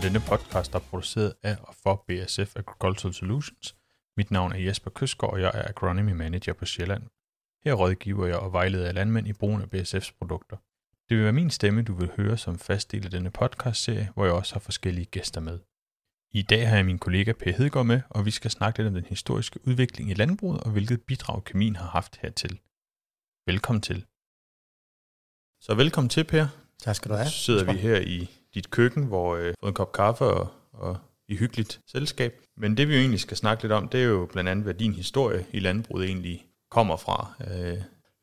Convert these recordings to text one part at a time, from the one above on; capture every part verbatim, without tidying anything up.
Denne podcast er produceret af og for B S F Agricultural Solutions. Mit navn er Jesper Køsgaard, og jeg er Agronomy Manager på Sjælland. Her rådgiver jeg og vejleder landmænd i brugen af B S F's produkter. Det vil være min stemme, du vil høre som fast del af denne podcastserie, hvor jeg også har forskellige gæster med. I dag har jeg min kollega Per Hedegaard med, og vi skal snakke lidt om den historiske udvikling i landbruget og hvilket bidrag kemien har haft hertil. Velkommen til. Så velkommen til, Per. Tak skal du have. Så sidder vi her i dit køkken, hvor vi øh, får en kop kaffe og, og i hyggeligt selskab. Men det vi jo egentlig skal snakke lidt om, det er jo blandt andet, hvad din historie i landbruget egentlig kommer fra. Øh.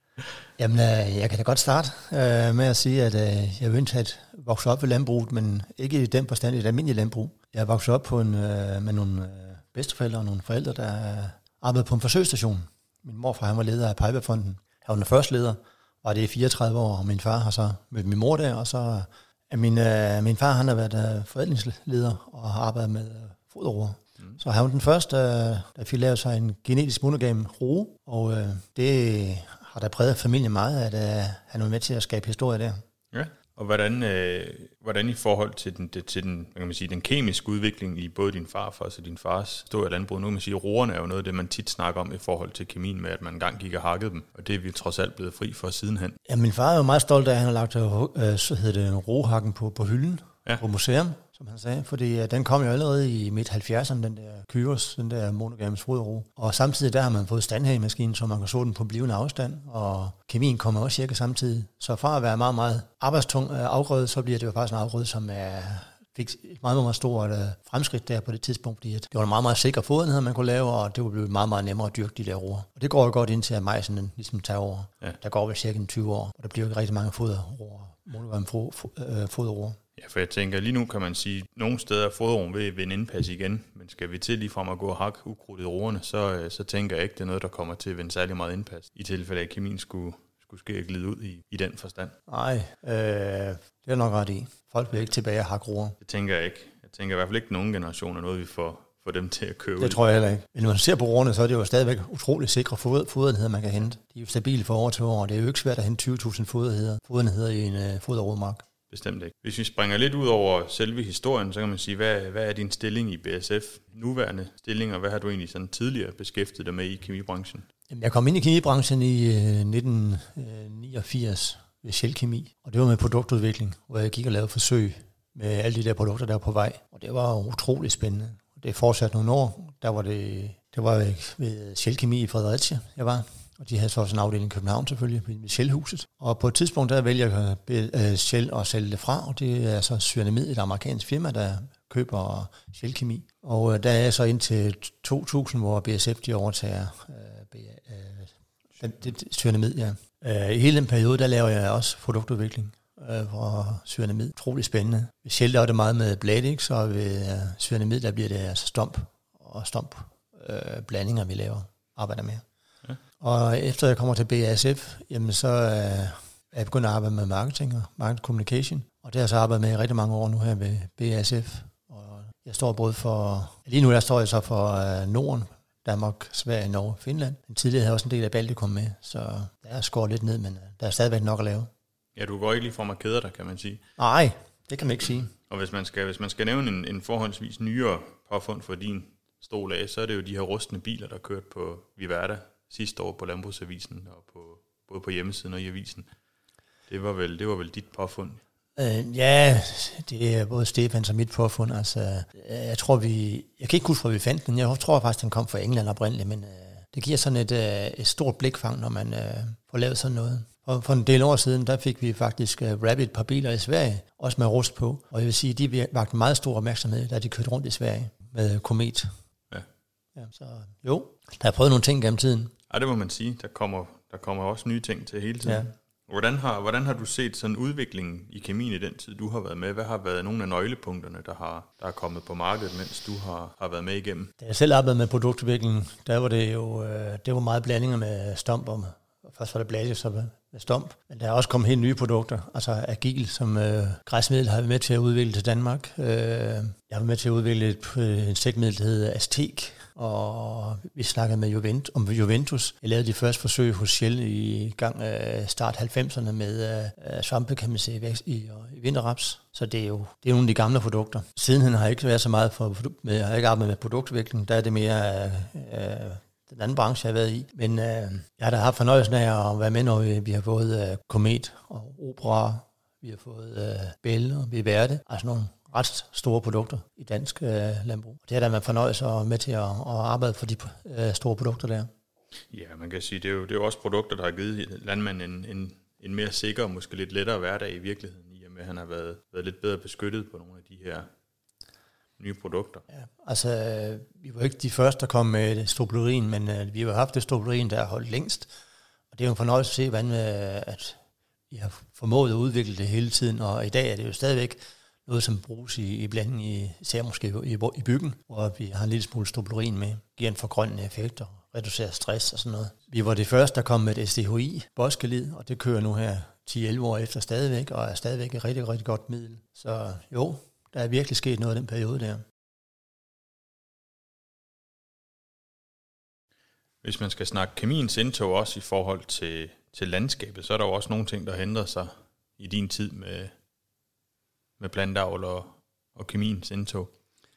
Jamen, øh, jeg kan da godt starte øh, med at sige, at øh, jeg ønsker at vokse op ved landbruget, men ikke i den forstand i et almindeligt landbrug. Jeg er vokset op på en, øh, med nogle øh, bedsteforældre og nogle forældre, der øh, arbejdede på en forsøgsstation. Min morfar, han var leder af Piperfonden. Han var den første leder, og det er fireogtredive år, og min far har så mødt min mor der, og så er min, øh, min far, han har været øh, forædlingsleder og har arbejdet med øh, foderroer. Mm. Så han var den første, øh, der fik lavet sig en genetisk monogam roe, og øh, det har da præget familien meget, at øh, han var med til at skabe historie der. Ja, og hvordan, øh, hvordan i forhold til den, til den, hvad kan man sige, den kemiske udvikling i både din farfars og din fars historie af landbruget, nu kan man sige, at roerne er jo noget af det, man tit snakker om i forhold til kemien med, at man engang gik og hakkede dem, og det er vi trods alt blevet fri for sidenhen. Ja, min far er jo meget stolt af, at han har lagt øh, så hedder det, en roehakken på, på hylden, ja. På museum, som han sagde, fordi øh, den kom jo allerede i midt halvfjerdserne, den der Kyros, den der monogame foderroe. Og samtidig der har man fået standhængemaskinen, så man kan så den på blivende afstand, og kemien kommer også cirka samtidig. Så fra at være meget, meget arbejdstung øh, afgrøde, så bliver det jo faktisk en afgrøde, som er, fik et meget, meget stort øh, fremskridt der på det tidspunkt, fordi det var en meget, meget sikker fodenhed, man kunne lave, og det var blevet meget, meget nemmere at dyrke de der roer. Og det går jo godt indtil, at majsen den ligesom tager over. Ja. Der går vel cirka tyve år, og der bliver jo rigtig mange foderroer, monogame foderroer. Ja, for jeg tænker, lige nu kan man sige, at nogle steder er foderroen ved at vinde indpas igen, men skal vi til lige frem at gå og hakke ukrudt i roerne, så, så tænker jeg ikke, det er noget, der kommer til at vinde særlig meget indpas, i tilfælde af, at kemien skulle, skulle ske og glide ud i, i den forstand. Nej, øh, det er nok ret i. Folk vil ikke tilbage og hakke roer. Det tænker jeg ikke. Jeg tænker i hvert fald ikke, at nogen generationer noget, vi får, får dem til at købe. Det tror jeg heller ikke. Men når man ser på roerne, så er det jo stadigvæk utrolig sikre foderenheder, man kan hente. De er jo stabile for over til år, og det er jo ikke svært at hente tyve tusind foderenheder i en øh, foderroemark. Bestemt ikke. Hvis vi springer lidt ud over selve historien, så kan man sige, hvad, hvad er din stilling i B S F? Nuværende stilling, og hvad har du egentlig sådan tidligere beskæftiget dig med i kemibranchen? Jeg kom ind i kemibranchen i øh, nitten niogfirs ved Shell Kemi, og det var med produktudvikling, hvor jeg gik og lavede forsøg med alle de der produkter, der var på vej. Og det var utrolig spændende. Det fortsatte nogle år. Der var det, det var ved Shell Kemi i Fredericia, jeg var. Og de havde så også en afdeling i København selvfølgelig, ved Shell-huset. Og på et tidspunkt, der vælger jeg Shell at sælge det fra, og det er så Cyanamid, et amerikansk firma, der køber Shell Kemi. Og der er jeg så indtil to tusind, hvor B S F de overtager øh, øh, det, Cyanamid, ja. Øh, I hele den periode, der laver jeg også produktudvikling øh, for Cyanamid. Utrolig spændende. Ved Shell der er det meget med Bladix, og ved øh, Cyanamid, der bliver det altså stomp og stomp øh, blandinger, vi laver, arbejder med. Og efter jeg kommer til B S F, jamen så er jeg begyndt at arbejde med marketing og market communication. Og det har jeg så arbejdet med i rigtig mange år nu her ved B S F. Og jeg står både for, lige nu der står jeg så for Norden, Danmark, Sverige, Norge, Finland. Men tidligere havde jeg også en del af Baltikum med, så der er skåret lidt ned, men der er stadigvæk nok at lave. Ja, du går ikke lige fra at kede dig, kan man sige. Nej, det kan man ikke sige. Og hvis man skal, hvis man skal nævne en, en forholdsvis nyere påfund for din stol af, så er det jo de her rustne biler, der kørte på Viverda sidste år på Landbrugsavisen og på, både på hjemmesiden og i avisen. Det var vel, det var vel dit påfund? Øh, ja, det er både Stefans og mit påfund. Altså, jeg tror vi, jeg kan ikke huske, hvor vi fandt den. Jeg tror faktisk, den kom fra England oprindeligt, men øh, det giver sådan et, øh, et stort blikfang, når man øh, får lavet sådan noget. Og for en del år siden, der fik vi faktisk uh, wrappet et par biler i Sverige, også med rust på. Og jeg vil sige, de vagt meget stor opmærksomhed, da de kørte rundt i Sverige med Komet. Ja. Ja, så jo, der har prøvet nogle ting gennem tiden. Ja, det må man sige. Der kommer, der kommer også nye ting til hele tiden. Ja. Hvordan har, hvordan har du set sådan udviklingen i kemien i den tid, du har været med? Hvad har været nogle af nøglepunkterne, der har, der er kommet på markedet, mens du har, har været med igennem? Da jeg selv arbejdede med produktudvikling, der var det jo øh, det var meget blandinger med stomp. Og først var det Bladix og med stomp. Men der er også kommet helt nye produkter. Altså Agil, som øh, græsmiddel har vi med til at udvikle til Danmark. Øh, jeg har været med til at udvikle et øh, insektmiddel, der hedder Aztek. og vi snakkede med Juventus, om Juventus. Jeg lavede de første forsøg hos Shell i gang af start halvfemserne med uh, svampe, kan man sige, i, i vinterraps. Så det er jo det er nogle af de gamle produkter. Sidenhen har jeg ikke været så meget for, med, jeg har ikke arbejdet med produktudvikling, der er det mere uh, den anden branche, jeg har været i. Men uh, jeg har da haft fornøjelsen af at være med, når vi, vi har fået uh, Comet og Opera, vi har fået uh, Bell og Viverde, altså nogle ret store produkter i dansk øh, landbrug. Det er da man fornøjelse og med til at, at arbejde for de øh, store produkter der. Ja, man kan sige, det er jo, det er jo også produkter, der har givet landmanden en, en, en mere sikker og måske lidt lettere hverdag i virkeligheden, i og med at han har været, været lidt bedre beskyttet på nogle af de her nye produkter. Ja, altså, vi var ikke de første, der kom med strobilurin, men øh, vi har haft det strobilurin, der har holdt længst. Og det er jo en fornøjelse at se, hvordan øh, at vi har formået at udvikle det hele tiden, og i dag er det jo stadigvæk noget, som bruges i, i blanding, i, især måske i, i byggen, hvor vi har en lille smule strobilurin med, giver en forgrønnende effekt og reducerer stress og sådan noget. Vi var det første, der kom med et S D H I, boskelid, og det kører nu her ti til elleve år efter stadigvæk, og er stadigvæk et rigtig, rigtig godt middel. Så jo, der er virkelig sket noget i den periode der. Hvis man skal snakke kemiens indtog også i forhold til, til landskabet, så er der jo også nogle ting, der ændrer sig i din tid med med plantavl og, og kemiens indtog.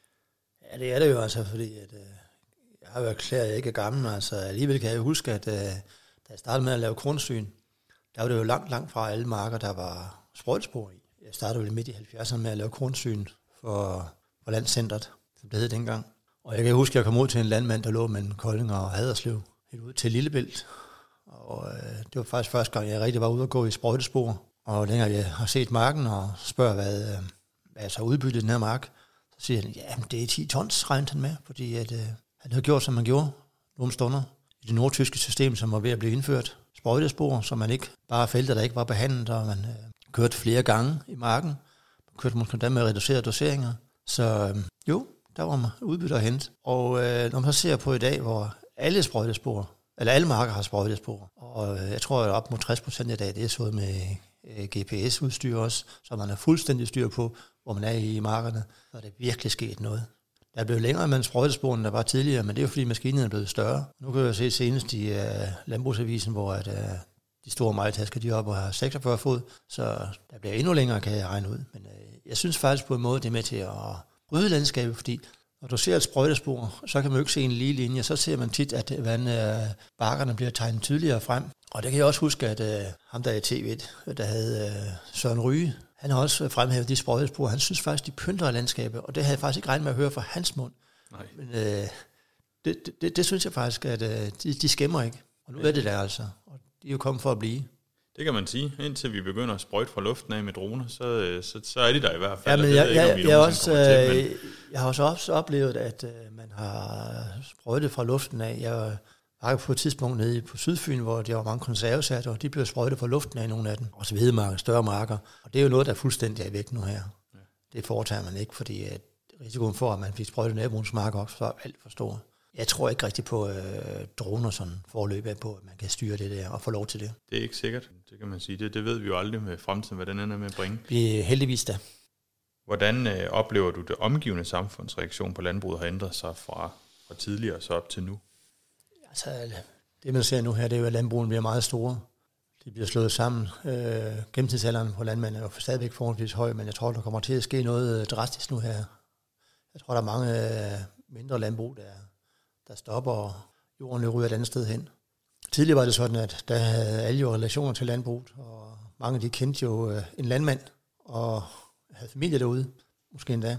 Ja, det er det jo altså, fordi at, øh, jeg har jo erklæret, at jeg ikke er gammel, altså alligevel kan jeg huske, at øh, da jeg startede med at lave kornsyn, der var det jo langt, langt fra alle marker, der var sprøjtespor i. Jeg startede jo midt i halvfjerdserne med at lave kornsyn for, for Landscentret, som det hed dengang. Og jeg kan huske, at jeg kom ud til en landmand, der lå mellem Kolding og Haderslev, helt ud til Lillebælt. Og øh, det var faktisk første gang, jeg rigtig var ude og gå i sprøjtespor. Og længere jeg har set marken og spørger, hvad, hvad jeg så udbyttede den her mark, så siger han, ja, det er ti tons, regnede han med, fordi at, øh, han havde gjort, som man gjorde nogle stunder i det nordtyske system, som var ved at blive indført. Sprøjtespor, så man ikke bare felter, der ikke var behandlet, og man øh, kørte flere gange i marken. Man kørte måske der med reducerede doseringer. Så øh, jo, der var man udbytte at hente. Og øh, når man så ser på i dag, hvor alle sprøjtespor, eller alle marker har sprøjtespor, og øh, jeg tror, at op mod tres procent i dag, det er så med G P S-udstyr også, så man er fuldstændig styr på, hvor man er i markerne, så er det virkelig sket noget. Der er blevet længere med sprøjtesporene, der var tidligere, men det er jo fordi maskinen er blevet større. Nu kan jeg se senest i uh, landbrugsavisen, hvor at, uh, de store majtasker, de er oppe og har seksogfyrre fod, så der bliver endnu længere, kan jeg regne ud. Men uh, jeg synes faktisk på en måde, det er med til at bryde landskabet, fordi når du ser et sprøjtespor, så kan man jo ikke se en lige linje, så ser man tit, at hvordan uh, bakkerne bliver tegnet tydeligere frem. Og det kan jeg også huske, at uh, ham der i T V, der havde uh, Søren Ryge, han har også fremhævet de sprøjtespor. Han synes faktisk, de pynter landskabet, og det havde jeg faktisk ikke regnet med at høre fra hans mund. Nej. Men uh, det, det, det synes jeg faktisk, at uh, de, de skæmmer ikke. Og nu ja. er det der altså, og de er jo kommet for at blive. Det kan man sige. Indtil vi begynder at sprøjte fra luften af med droner, så, så, så er de der i hvert fald. Ja, men jeg, jeg, jeg, jeg, også, til, men jeg har også, også oplevet, at uh, man har sprøjtet fra luften af. Jeg var på et tidspunkt nede på Sydfyn, hvor der var mange konservesatter, og de blev sprøjtet fra luften af nogle af dem. Også hvedemarker, større marker. Og det er jo noget, der er fuldstændig er væk nu her. Ja. Det foretager man ikke, fordi at risikoen for, at man fik sprøjtet naboens marker op, var alt for stor. Jeg tror ikke rigtig på øh, droner sådan forløb af på, at man kan styre det der og få lov til det. Det er ikke sikkert, det kan man sige. Det, det ved vi jo aldrig med fremtiden, hvad den ender med at bringe. Vi er heldigvis da. Hvordan øh, oplever du det omgivende samfundsreaktion på landbruget har ændret sig fra, fra tidligere så op til nu? Altså, det man ser nu her, det er jo, at landbrugen bliver meget store. De bliver slået sammen. Øh, gennemsnitsalderen på landmænd er jo stadigvæk forholdsvis høj, men jeg tror, der kommer til at ske noget drastisk nu her. Jeg tror, der er mange øh, mindre landbrug, der, der stopper, og jorden ryger et andet sted hen. Tidligere var det sådan, at der havde alle jo relationer til landbruget, og mange de kendte jo øh, en landmand, og havde familie derude, måske endda.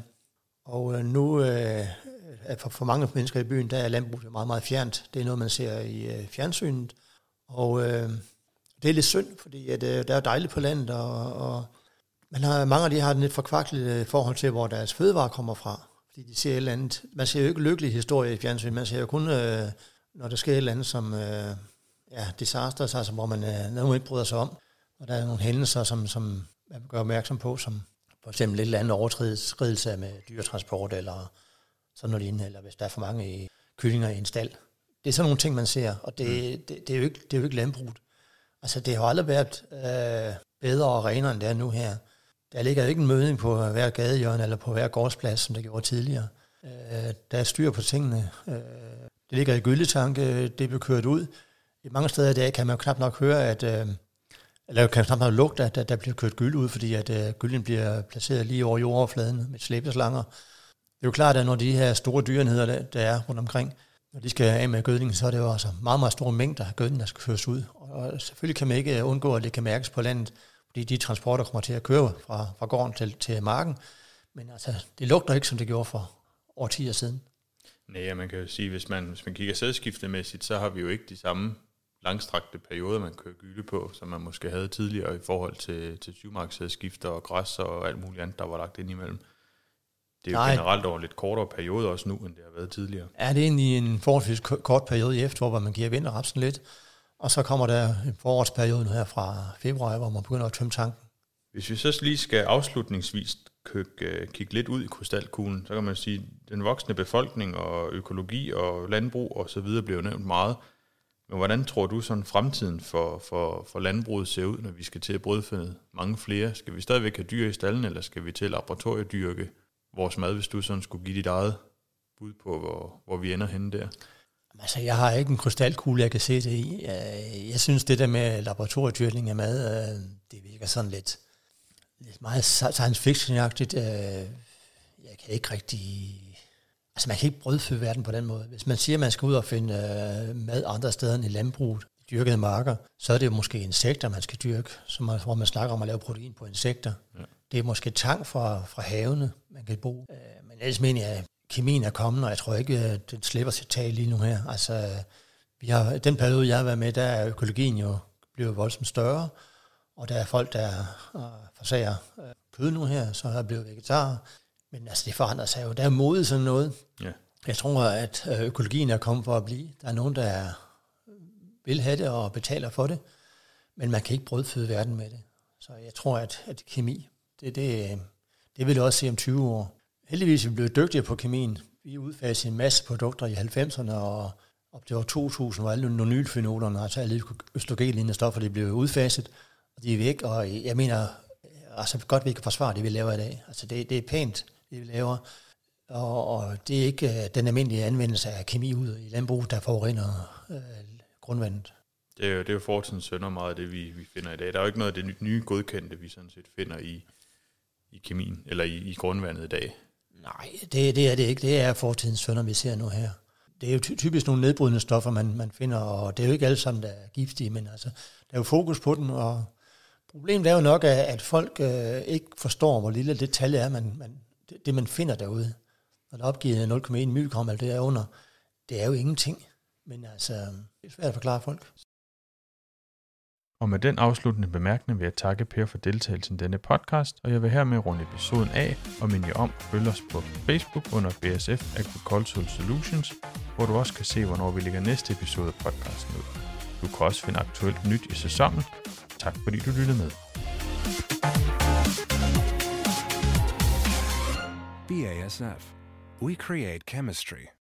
Og øh, nu... Øh, For, for mange mennesker i byen, der er landbruget meget, meget fjernt. Det er noget, man ser i øh, fjernsynet. Og øh, det er lidt synd, fordi at, øh, der er dejligt på landet, og, og man har, mange af de har et lidt forkvaklet forhold til, hvor deres fødevarer kommer fra. Fordi de ser et eller andet. Man ser jo ikke lykkelige historier i fjernsynet. Man ser jo kun, øh, når der sker et eller andet som øh, ja, disaster, altså, hvor man øh, noget ikke bryder sig om. Og der er nogle hændelser, som, som man gør opmærksom på, som for eksempel et eller andet overtrædelse med dyretransport, eller sådan noget lignende, eller hvis der er for mange kyllinger i en stald. Det er sådan nogle ting, man ser, og det, mm. det, det, er, jo ikke, det er jo ikke landbruget. Altså, det har aldrig været øh, bedre og renere, end det er nu her. Der ligger jo ikke en mødning på hver gadehjørne eller på hver gårdsplads, som der gjorde tidligere. Øh, der er styr på tingene. Øh, det ligger i gyldetanke, det bliver kørt ud. I mange steder i dag kan man knap nok høre, at, øh, eller kan knap nok lugte, at der, der bliver kørt gylde ud, fordi at øh, gylden bliver placeret lige over jordoverfladen med slæbeslanger. Det er jo klart, at når de her store dyrenheder, der, der er rundt omkring, når de skal af med gødningen, så er det jo altså meget, meget store mængder af gødning, der skal føres ud. Og selvfølgelig kan man ikke undgå, at det kan mærkes på landet, fordi de transporter kommer til at køre fra, fra gården til, til marken. Men altså, det lugter ikke, som det gjorde for årtier siden. Nej, man kan jo sige, hvis man, hvis man kigger sædskiftemæssigt, så har vi jo ikke de samme langstrakte perioder, man kører gylde på, som man måske havde tidligere i forhold til, til syvmarkssædskifter og græs og alt muligt andet, der var lagt ind imellem. Det er jo Nej. generelt over lidt kortere periode også nu, end det har været tidligere. Ja, det er egentlig en forholdsvis kort periode i efterår, hvor man giver vinterrapsen lidt, og så kommer der en forårsperiode her fra februar, hvor man begynder at tømme tanken. Hvis vi så lige skal afslutningsvis kigge lidt ud i krystalkuglen, så kan man sige, at den voksne befolkning og økologi og landbrug og så videre bliver nævnt meget. Men hvordan tror du sådan fremtiden for, for, for landbruget ser ud, når vi skal til at brødføde mange flere? Skal vi stadigvæk have dyr i stallen, eller skal vi til laboratoriedyrke vores mad, hvis du sådan skulle give dit eget bud på, hvor, hvor vi ender henne der? Altså, jeg har ikke en krystalkugle, jeg kan se det i. Jeg synes, det der med laboratoriedyrkning af mad, det virker sådan lidt, lidt meget science fiction-agtigt. Jeg kan ikke rigtig... Altså, man kan ikke brødføde verden på den måde. Hvis man siger, at man skal ud og finde mad andre steder end i landbruget, dyrkede marker, så er det jo måske insekter, man skal dyrke, så man, hvor man snakker om at lave protein på insekter. Ja. Det er måske tang fra, fra havene, man kan bruge. Men ellers mener jeg, at kemien er kommet, og jeg tror ikke, at den slipper sit tag lige nu her. Altså, vi har, den periode, jeg har været med, der er økologien jo blevet voldsomt større, og der er folk, der uh, forsager uh, kød nu her, så er blevet vegetarer. Men altså, det forandrer sig jo. Der er modet sådan noget. Ja. Jeg tror, at økologien er kommet for at blive. Der er nogen, der vil have det og betaler for det, men man kan ikke brødføde verden med det. Så jeg tror, at, at kemi, det, det, det vil jeg også se om tyve år. Heldigvis er vi blevet dygtigere på kemien. Vi udfasede en masse produkter i halvfemserne, og op til år to tusind var alle nonylfenolerne, altså alle østrogenlignende stoffer, de blev udfaset, og de er væk, og jeg mener, altså godt vi kan forsvare det, vi laver i dag. Altså det, det er pænt, det vi laver, og, og det er ikke den almindelige anvendelse af kemi ud i landbrug, der forurener øh, grundvandet. Det er jo, det er jo fortidens sønder meget af det, vi, vi finder i dag. Der er jo ikke noget af det nye godkendte, vi sådan set finder i, i kemien, eller i, i grundvandet i dag. Nej, det, det er det ikke. Det er fortidens sønder, vi ser nu her. Det er jo typisk nogle nedbrydende stoffer, man, man finder, og det er jo ikke alle sammen, der er giftige, men altså, der er jo fokus på den, og problemet er jo nok, at folk øh, ikke forstår, hvor lille det tal er, man, man, det, det man finder derude. Når der er opgivet nul komma en milligram, eller det er under, det er jo ingenting. Men altså, det er svært at forklare folk. Og med den afsluttende bemærkning vil jeg takke Per for deltagelsen i denne podcast, og jeg vil hermed runde episoden af og minde jer om at følge os på Facebook under B S F Agricultural Solutions, hvor du også kan se, hvornår vi lægger næste episode af podcasten ud. Du kan også finde aktuelt nyt i sæsonen. Tak fordi du lyttede med. B A S F. We create chemistry.